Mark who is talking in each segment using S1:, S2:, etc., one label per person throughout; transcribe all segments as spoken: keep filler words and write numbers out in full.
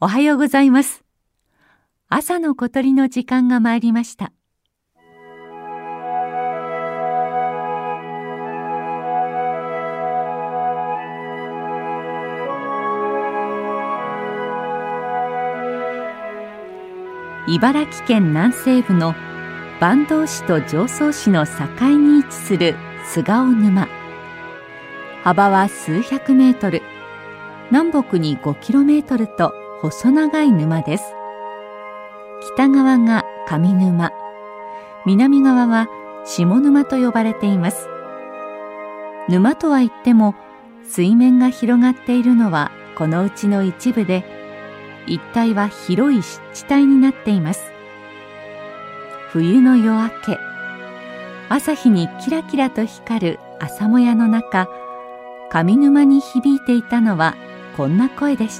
S1: おはようございます。朝の小鳥の時間が参りました。茨城県南西部の坂東市と常総市の境に位置する菅生沼。幅は数百メートル、南北にごキロメートルと細長い沼です。北側が上沼、南側は下沼と呼ばれています。沼とは言っても水面が広がっているのはこのうちの一部で、一帯は広い湿地帯になっています。冬の夜明け、朝日にキラキラと光る朝もやの中、上沼に響いていたのはこんな声でした。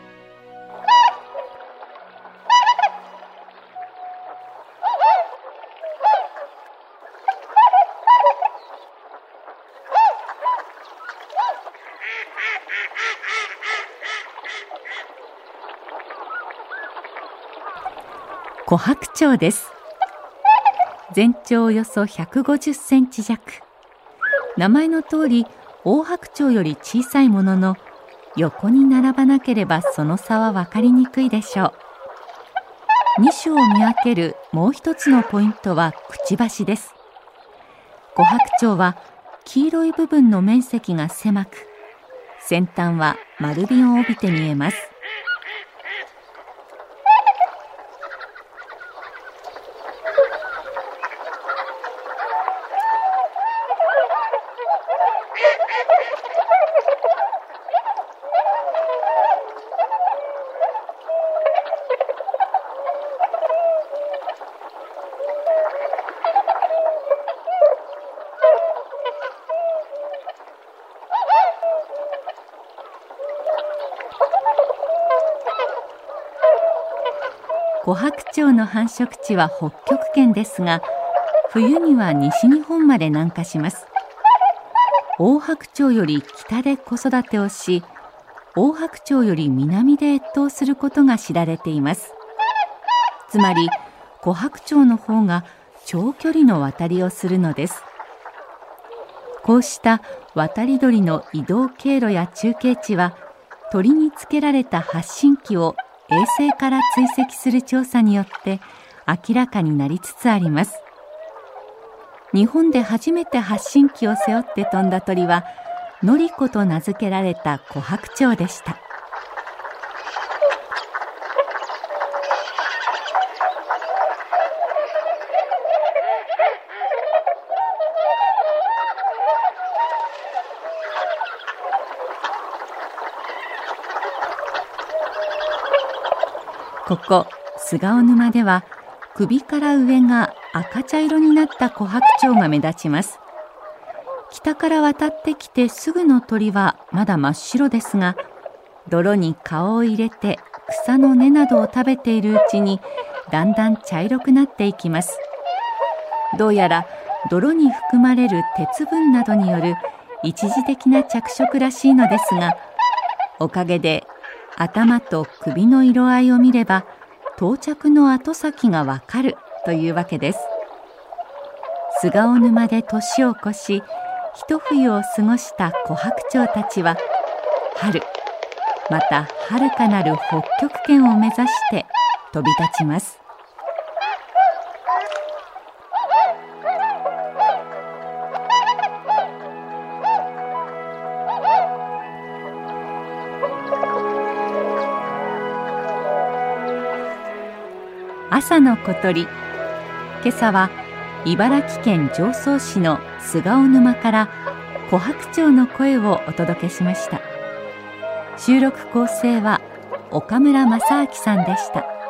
S1: コハクチョウです。全長およそひゃくごじゅっセンチ弱。名前の通りオオハクチョウより小さいものの、横に並ばなければその差は分かりにくいでしょう。に種を見分けるもう一つのポイントはくちばしです。コハクチョウは黄色い部分の面積が狭く、先端は丸みを帯びて見えます。コハクチョウの繁殖地は北極圏ですが、冬には西日本まで南下します。オオハクチョウより北で子育てをし、オオハクチョウより南で越冬することが知られています。つまりコハクチョウの方が長距離の渡りをするのです。こうした渡り鳥の移動経路や中継地は、鳥につけられた発信機を衛星から追跡する調査によって明らかになりつつあります。日本で初めて発信機を背負って飛んだ鳥はノリコと名付けられたコハクチョウでした。ここ菅生沼では首から上が赤茶色になったコハクチョウが目立ちます。北から渡ってきてすぐの鳥はまだ真っ白ですが、泥に顔を入れて草の根などを食べているうちにだんだん茶色くなっていきます。どうやら泥に含まれる鉄分などによる一時的な着色らしいのですが、おかげで頭と首の色合いを見れば到着の後先がわかるというわけです。菅生沼で年を越し一冬を過ごしたコハクチョウたちは、春また遥かなる北極圏を目指して飛び立ちます。朝の小鳥。今朝は茨城県常総市の菅生沼からコハクチョウの声をお届けしました。収録構成は岡村正明さんでした。